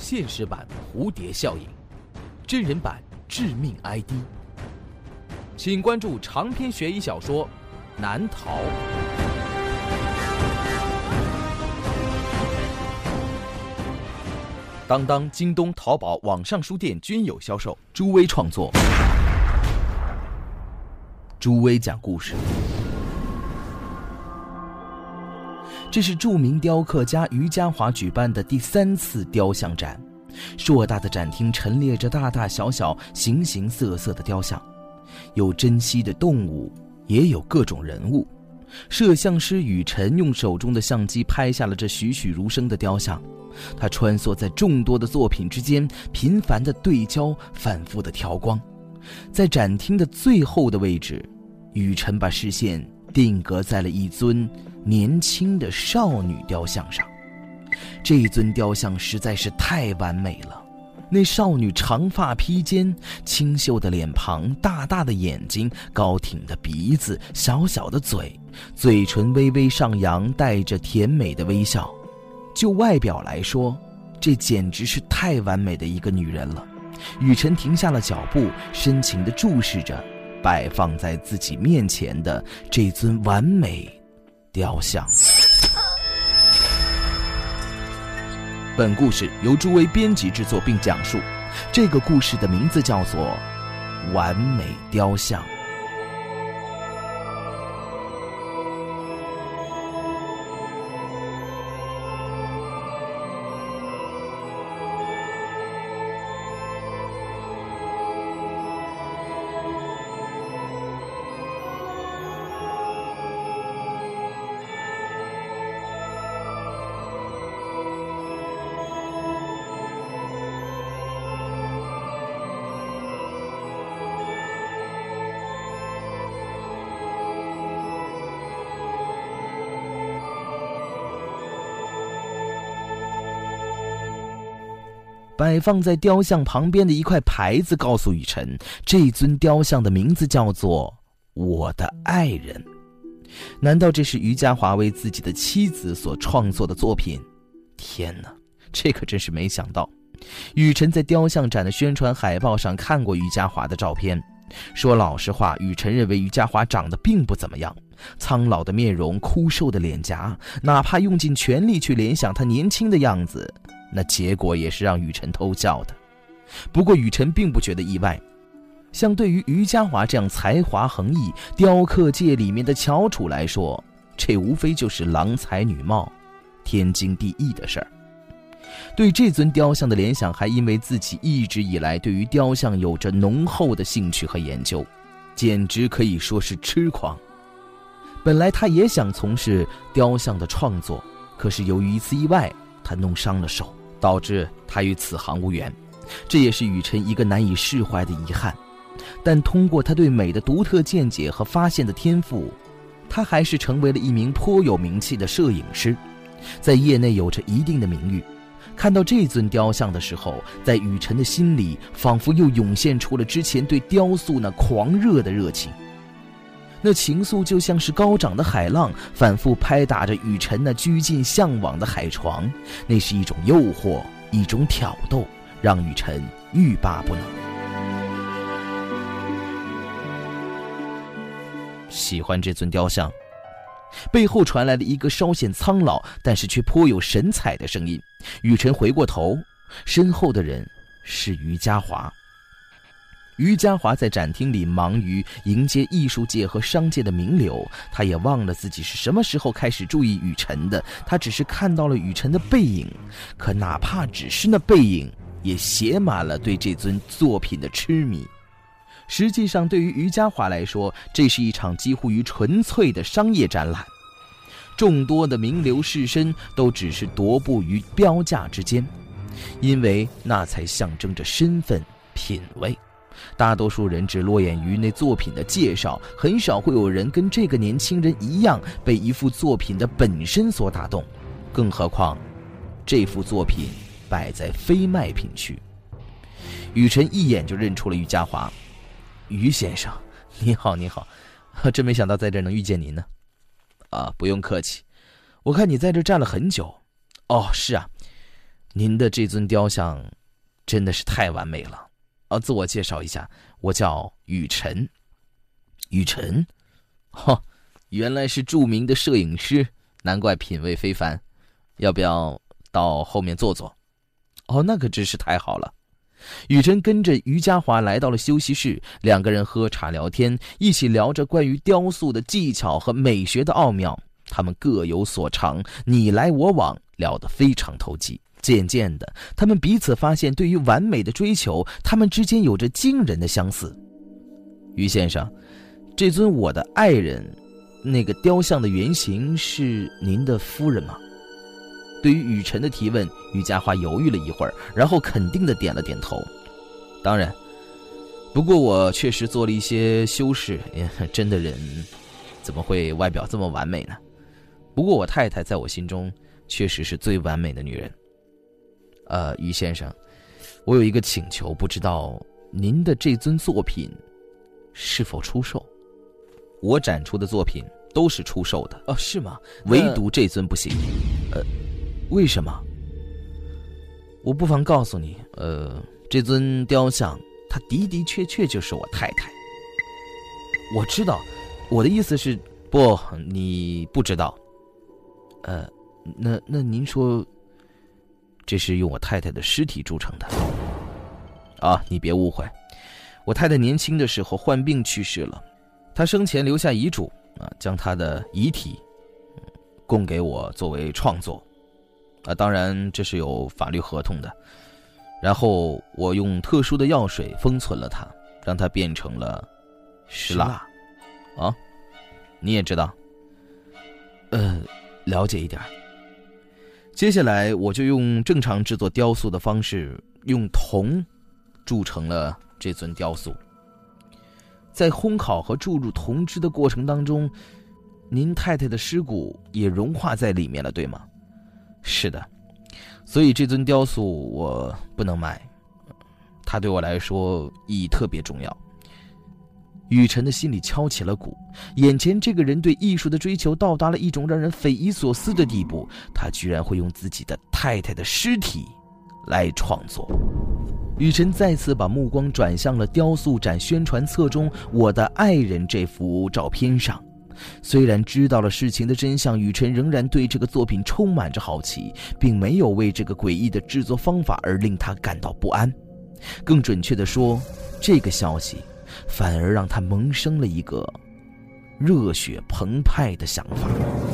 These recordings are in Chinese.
现实版蝴蝶效应，真人版致命 ID。请关注长篇悬疑小说《难逃》。当当、京东、淘宝网上书店均有销售。朱威创作，朱威讲故事。这是著名雕刻家余家华举办的第3次雕像展。硕大的展厅陈列着大大小小、形形色色的雕像，有珍稀的动物，也有各种人物。摄像师雨辰用手中的相机拍下了这栩栩如生的雕像，他穿梭在众多的作品之间，频繁的对焦，反复的调光。在展厅的最后的位置，雨辰把视线定格在了一尊年轻的少女雕像上。这尊雕像实在是太完美了，那少女长发披肩，清秀的脸庞，大大的眼睛，高挺的鼻子，小小的嘴，嘴唇微微上扬，带着甜美的微笑。就外表来说，这简直是太完美的一个女人了。雨辰停下了脚步，深情地注视着摆放在自己面前的这尊完美雕像。本故事由朱威编辑制作并讲述，这个故事的名字叫做《完美雕像》。摆放在雕像旁边的一块牌子告诉雨辰，这尊雕像的名字叫做我的爱人。难道这是余家华为自己的妻子所创作的作品？天哪，这可真是没想到。雨辰在雕像展的宣传海报上看过余家华的照片，说老实话，雨辰认为余家华长得并不怎么样，苍老的面容，枯瘦的脸颊，哪怕用尽全力去联想他年轻的样子，那结果也是让雨辰偷笑的。不过雨辰并不觉得意外，相对于余家华这样才华横溢、雕刻界里面的翘楚来说，这无非就是郎才女貌、天经地义的事儿。对这尊雕像的联想，还因为自己一直以来对于雕像有着浓厚的兴趣和研究，简直可以说是痴狂。本来他也想从事雕像的创作，可是由于一次意外，他弄伤了手，导致他与此行无缘，这也是雨辰一个难以释怀的遗憾。但通过他对美的独特见解和发现的天赋，他还是成为了一名颇有名气的摄影师，在业内有着一定的名誉。看到这尊雕像的时候，在雨辰的心里仿佛又涌现出了之前对雕塑那狂热的热情。那情愫就像是高涨的海浪，反复拍打着雨辰那居尽向往的海床，那是一种诱惑，一种挑逗，让雨辰欲罢不能。喜欢这尊雕像，背后传来了一个稍显苍老但是却颇有神采的声音。雨辰回过头，身后的人是余家华。余家华在展厅里忙于迎接艺术界和商界的名流，他也忘了自己是什么时候开始注意雨辰的，他只是看到了雨辰的背影，可哪怕只是那背影，也写满了对这尊作品的痴迷。实际上对于余家华来说，这是一场几乎于纯粹的商业展览，众多的名流士绅都只是踱步于标价之间，因为那才象征着身份品味。大多数人只落眼于那作品的介绍，很少会有人跟这个年轻人一样被一幅作品的本身所打动，更何况这幅作品摆在非卖品区。雨辰一眼就认出了余家华。余先生，你好，你好，真没想到在这能遇见您呢。不用客气，我看你在这站了很久。哦，是啊， 您的这尊雕像真的是太完美了。自我介绍一下，我叫雨辰。雨辰？原来是著名的摄影师，难怪品味非凡。要不要到后面坐坐？那可真是太好了。雨辰跟着于家华来到了休息室，两个人喝茶聊天，一起聊着关于雕塑的技巧和美学的奥妙。他们各有所长，你来我往，聊得非常投机。渐渐的，他们彼此发现，对于完美的追求，他们之间有着惊人的相似。于先生，这尊我的爱人，那个雕像的原型是您的夫人吗？对于雨辰的提问，于家华犹豫了一会儿，然后肯定地点了点头。当然，不过我确实做了一些修饰，真的人怎么会外表这么完美呢？不过我太太在我心中确实是最完美的女人。于先生，我有一个请求，不知道您的这尊作品是否出售？我展出的作品都是出售的。是吗？唯独这尊不行。为什么？我不妨告诉你，这尊雕像它的的确确就是我太太。我知道，我的意思是，不，你不知道。那您说，这是用我太太的尸体铸成的？你别误会，我太太年轻的时候患病去世了，她生前留下遗嘱，将她的遗体供给我作为创作。当然这是有法律合同的。然后我用特殊的药水封存了它，让它变成了石蜡。你也知道？了解一点。接下来我就用正常制作雕塑的方式，用铜铸成了这尊雕塑。在烘烤和注入铜汁的过程当中，您太太的尸骨也融化在里面了，对吗？是的，所以这尊雕塑我不能卖，它对我来说意义特别重要。雨辰的心里敲起了鼓，眼前这个人对艺术的追求到达了一种让人匪夷所思的地步，他居然会用自己的太太的尸体来创作。雨辰再次把目光转向了雕塑展宣传册中我的爱人这幅照片上。虽然知道了事情的真相，雨辰仍然对这个作品充满着好奇，并没有为这个诡异的制作方法而令他感到不安。更准确地说，这个消息反而让他萌生了一个热血澎湃的想法。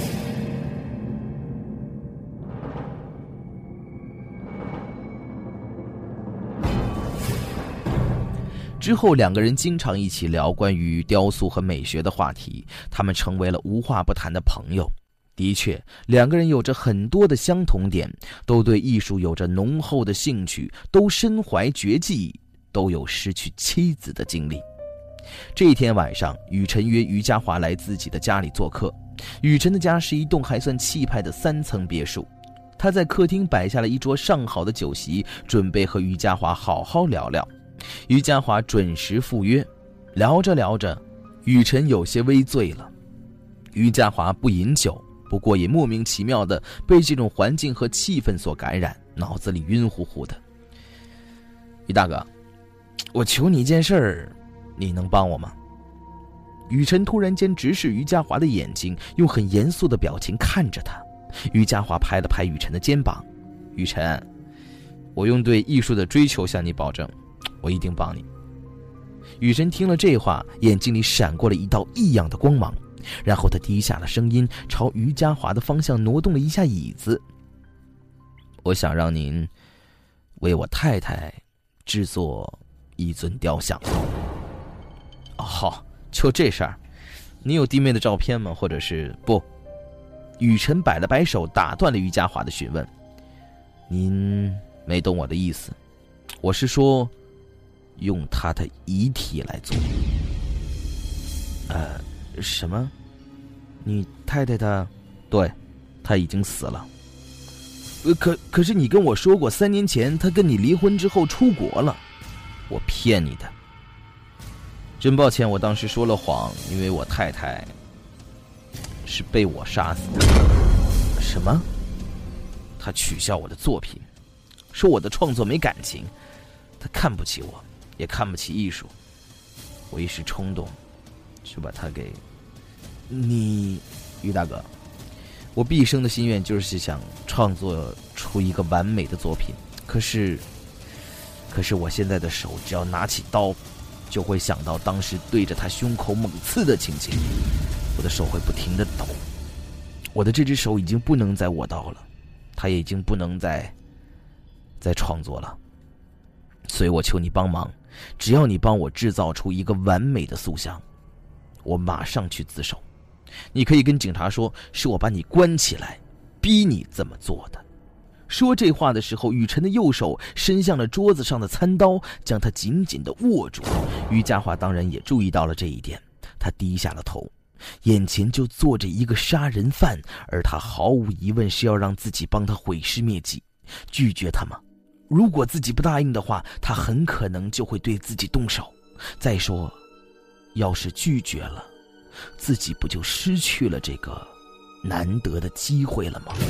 之后两个人经常一起聊关于雕塑和美学的话题，他们成为了无话不谈的朋友。的确，两个人有着很多的相同点，都对艺术有着浓厚的兴趣，都身怀绝技，都有失去妻子的经历。这一天晚上，雨辰约于家华来自己的家里做客。雨辰的家是一栋还算气派的3层别墅，他在客厅摆下了一桌上好的酒席，准备和于家华好好聊聊。于家华准时赴约，聊着聊着，雨辰有些微醉了。于家华不饮酒，不过也莫名其妙地被这种环境和气氛所感染，脑子里晕乎乎的。于大哥，我求你一件事儿，你能帮我吗？雨辰突然间直视于家华的眼睛，用很严肃的表情看着他。于家华拍了拍雨辰的肩膀：雨辰，我用对艺术的追求向你保证，我一定帮你。雨辰听了这话，眼睛里闪过了一道异样的光芒，然后他低下了声音，朝于家华的方向挪动了一下椅子。我想让您为我太太制作一尊雕像。好，就这事儿，你有弟妹的照片吗？或者是不？雨辰摆了摆手，打断了于家华的询问。您没懂我的意思，我是说用他的遗体来做。什么？你太太她？对，她已经死了。可是你跟我说过，3年前她跟你离婚之后出国了。我骗你的。真抱歉，我当时说了谎，因为我太太是被我杀死的。什么？她取笑我的作品， 说我的创作没感情，他看不起我，也看不起艺术。我一时冲动，就把他给你，于大哥，我毕生的心愿就是想创作出一个完美的作品。可是我现在的手只要拿起刀，就会想到当时对着他胸口猛刺的情景，我的手会不停地抖。我的这只手已经不能再握刀了，他也已经不能再创作了。所以我求你帮忙，只要你帮我制造出一个完美的塑像，我马上去自首。你可以跟警察说，是我把你关起来，逼你这么做的。说这话的时候，雨辰的右手伸向了桌子上的餐刀，将它紧紧地握住。于家华当然也注意到了这一点，他低下了头，眼前就坐着一个杀人犯，而他毫无疑问是要让自己帮他毁尸灭迹。拒绝他吗？如果自己不答应的话，他很可能就会对自己动手。再说，要是拒绝了，自己不就失去了这个难得的机会了吗？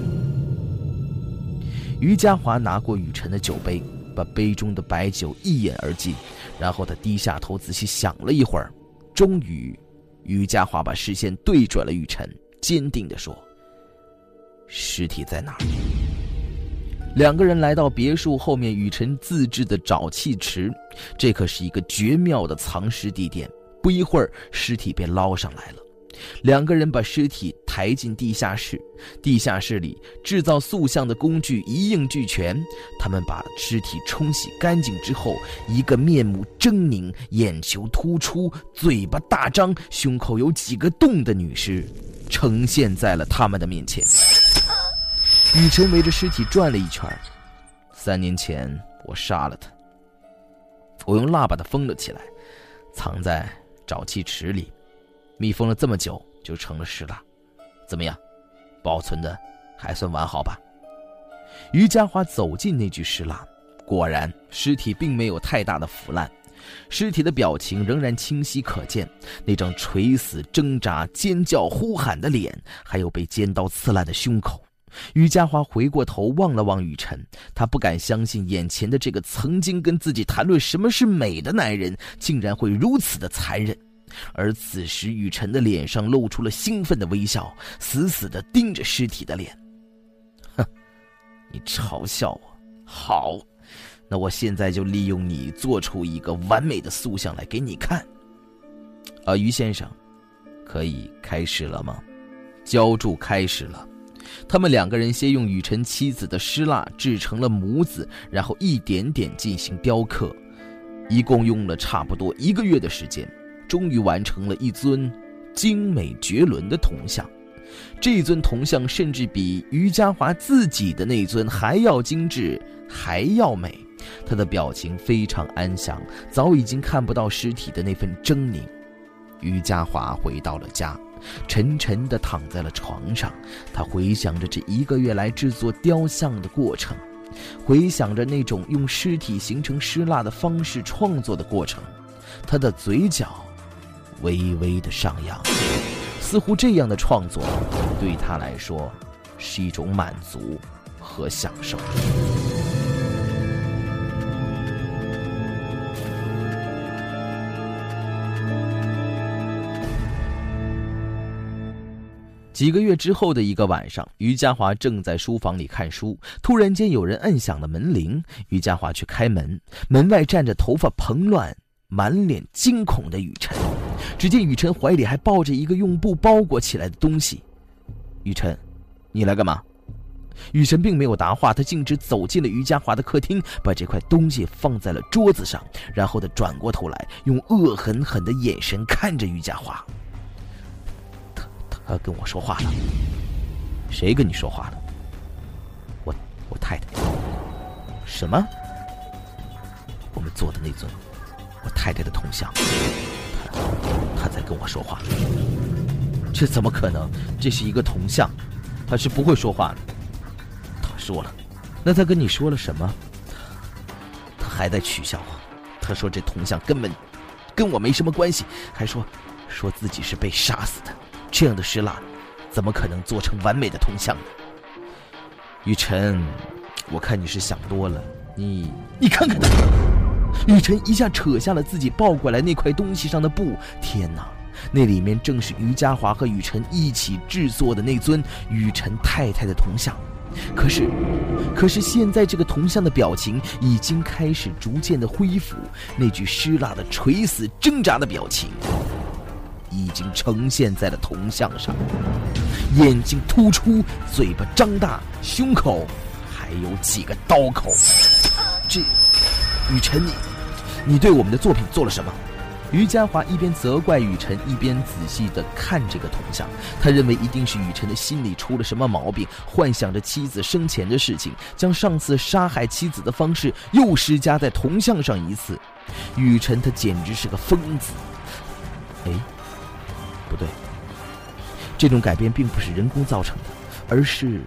于家华拿过雨辰的酒杯，把杯中的白酒一饮而尽，然后他低下头仔细想了一会儿，终于于家华把视线对准了雨辰，坚定地说：尸体在哪儿？两个人来到别墅后面雨辰自制的沼气池，这可是一个绝妙的藏尸地点。不一会儿，尸体被捞上来了。两个人把尸体抬进地下室，地下室里制造塑像的工具一应俱全。他们把尸体冲洗干净之后，一个面目狰狞、眼球突出、嘴巴大张、胸口有几个洞的女尸呈现在了他们的面前。雨辰围着尸体转了一圈。3年前我杀了他，我用蜡把他封了起来，藏在沼气池里，密封了这么久就成了尸蜡。怎么样，保存的还算完好吧？于家华走进那具尸蜡，果然尸体并没有太大的腐烂，尸体的表情仍然清晰可见，那张垂死挣扎尖叫呼喊的脸，还有被尖刀刺烂的胸口。于家华回过头望了望雨辰，他不敢相信眼前的这个曾经跟自己谈论什么是美的男人竟然会如此的残忍。而此时雨辰的脸上露出了兴奋的微笑，死死地盯着尸体的脸。哼，你嘲笑我，好，那我现在就利用你做出一个完美的塑像来给你看。于先生，可以开始了吗？浇筑开始了。他们两个人先用雨辰妻子的尸蜡制成了模子，然后一点点进行雕刻，一共用了差不多1个月的时间，终于完成了一尊精美绝伦的铜像。这尊铜像甚至比于家华自己的那尊还要精致，还要美。他的表情非常安详，早已经看不到尸体的那份狰狞。于家华回到了家，沉沉地躺在了床上，他回想着这1个月来制作雕像的过程，回想着那种用尸体形成尸蜡的方式创作的过程，他的嘴角微微的上扬，似乎这样的创作对他来说是一种满足和享受。几个月之后的一个晚上，于家华正在书房里看书，突然间有人按响了门铃。于家华去开门，门外站着头发蓬乱、满脸惊恐的雨辰。只见雨辰怀里还抱着一个用布包裹起来的东西。雨辰，你来干嘛？雨辰并没有答话，他径直走进了于家华的客厅，把这块东西放在了桌子上，然后他转过头来，用恶狠狠的眼神看着于家华。他跟我说话了。谁跟你说话了？我太太。什么？我们做的那尊我太太的铜像，他在跟我说话。这怎么可能？这是一个铜像，他是不会说话的。他说了。那他跟你说了什么？他还在取笑我，他说这铜像根本跟我没什么关系，还说自己是被杀死的。这样的尸蜡怎么可能做成完美的铜像呢？雨辰， 我看你是想多了，你看看他。雨辰一下扯下了自己抱过来那块东西上的布，天哪，那里面正是于家华和雨辰一起制作的那尊雨辰太太的铜像。可是现在这个铜像的表情已经开始逐渐的恢复，那具尸蜡的垂死挣扎的表情已经呈现在了铜像上，眼睛突出，嘴巴张大，胸口还有几个刀口。这雨辰，你对我们的作品做了什么？于家华一边责怪雨辰，一边仔细地看这个铜像。他认为一定是雨辰的心里出了什么毛病，幻想着妻子生前的事情，将上次杀害妻子的方式又施加在铜像上一次。雨辰他简直是个疯子。不对，这种改变并不是人工造成的，而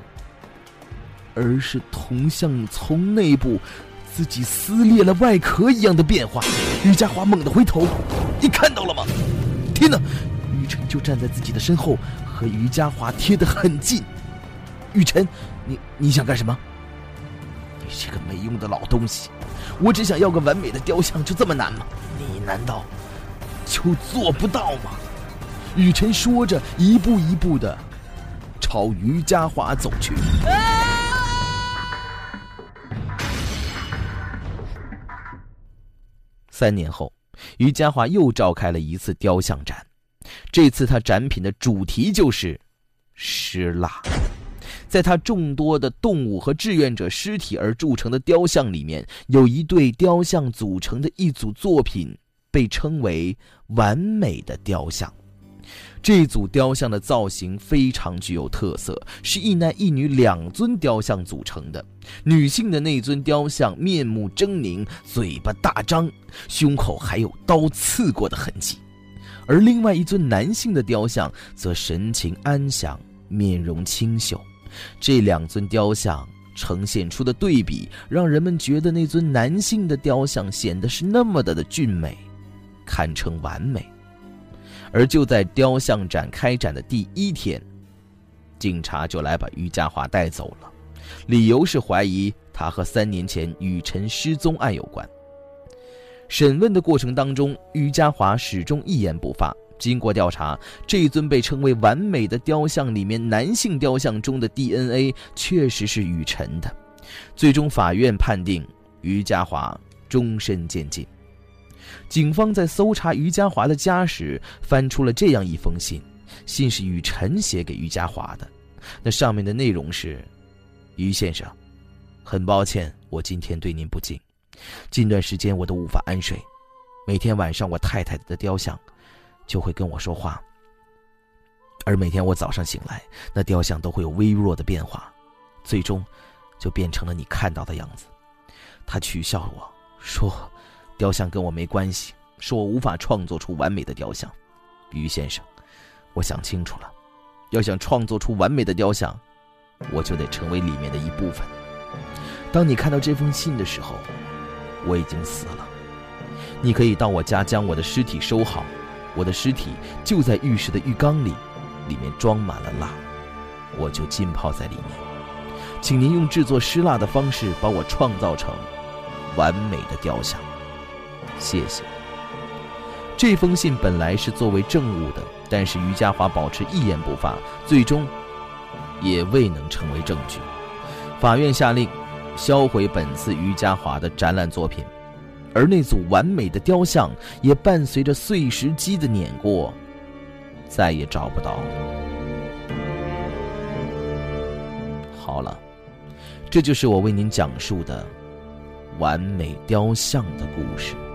是铜像从内部自己撕裂了外壳一样的变化。于家华猛地回头，你看到了吗？天哪！雨辰就站在自己的身后，和于家华贴得很近。雨辰，你想干什么？你这个没用的老东西！我只想要个完美的雕像，就这么难吗？你难道就做不到吗？雨辰说着，一步一步地朝于家华走去。3年后，于家华又召开了一次雕像展。这次他展品的主题就是尸蜡。在他众多的动物和志愿者尸体而铸成的雕像里面，有一对雕像组成的一组作品被称为完美的雕像。这组雕像的造型非常具有特色，是一男一女2尊雕像组成的。女性的那尊雕像面目狰狞，嘴巴大张，胸口还有刀刺过的痕迹，而另外一尊男性的雕像则神情安详，面容清秀。这2尊雕像呈现出的对比，让人们觉得那尊男性的雕像显得是那么的俊美，堪称完美。而就在雕像展开展的第1天，警察就来把于家华带走了，理由是怀疑他和3年前雨辰失踪案有关。审问的过程当中，于家华始终一言不发。经过调查，这尊被称为完美的雕像里面男性雕像中的 DNA 确实是雨辰的。最终法院判定于家华终身监禁。警方在搜查于家华的家时，翻出了这样一封信，信是雨辰写给于家华的。那上面的内容是：于先生，很抱歉我今天对您不敬，近段时间我都无法安睡，每天晚上我太太的雕像就会跟我说话，而每天我早上醒来，那雕像都会有微弱的变化，最终就变成了你看到的样子。他取笑我说雕像跟我没关系，说我无法创作出完美的雕像。于先生，我想清楚了，要想创作出完美的雕像，我就得成为里面的一部分。当你看到这封信的时候，我已经死了。你可以到我家将我的尸体收好，我的尸体就在浴室的浴缸里，里面装满了蜡，我就浸泡在里面。请您用制作尸蜡的方式把我创造成完美的雕像，谢谢。这封信本来是作为证物的，但是于家华保持一言不发，最终也未能成为证据。法院下令销毁本次于家华的展览作品，而那组完美的雕像也伴随着碎石机的碾过，再也找不到了。好了，这就是我为您讲述的完美雕像的故事。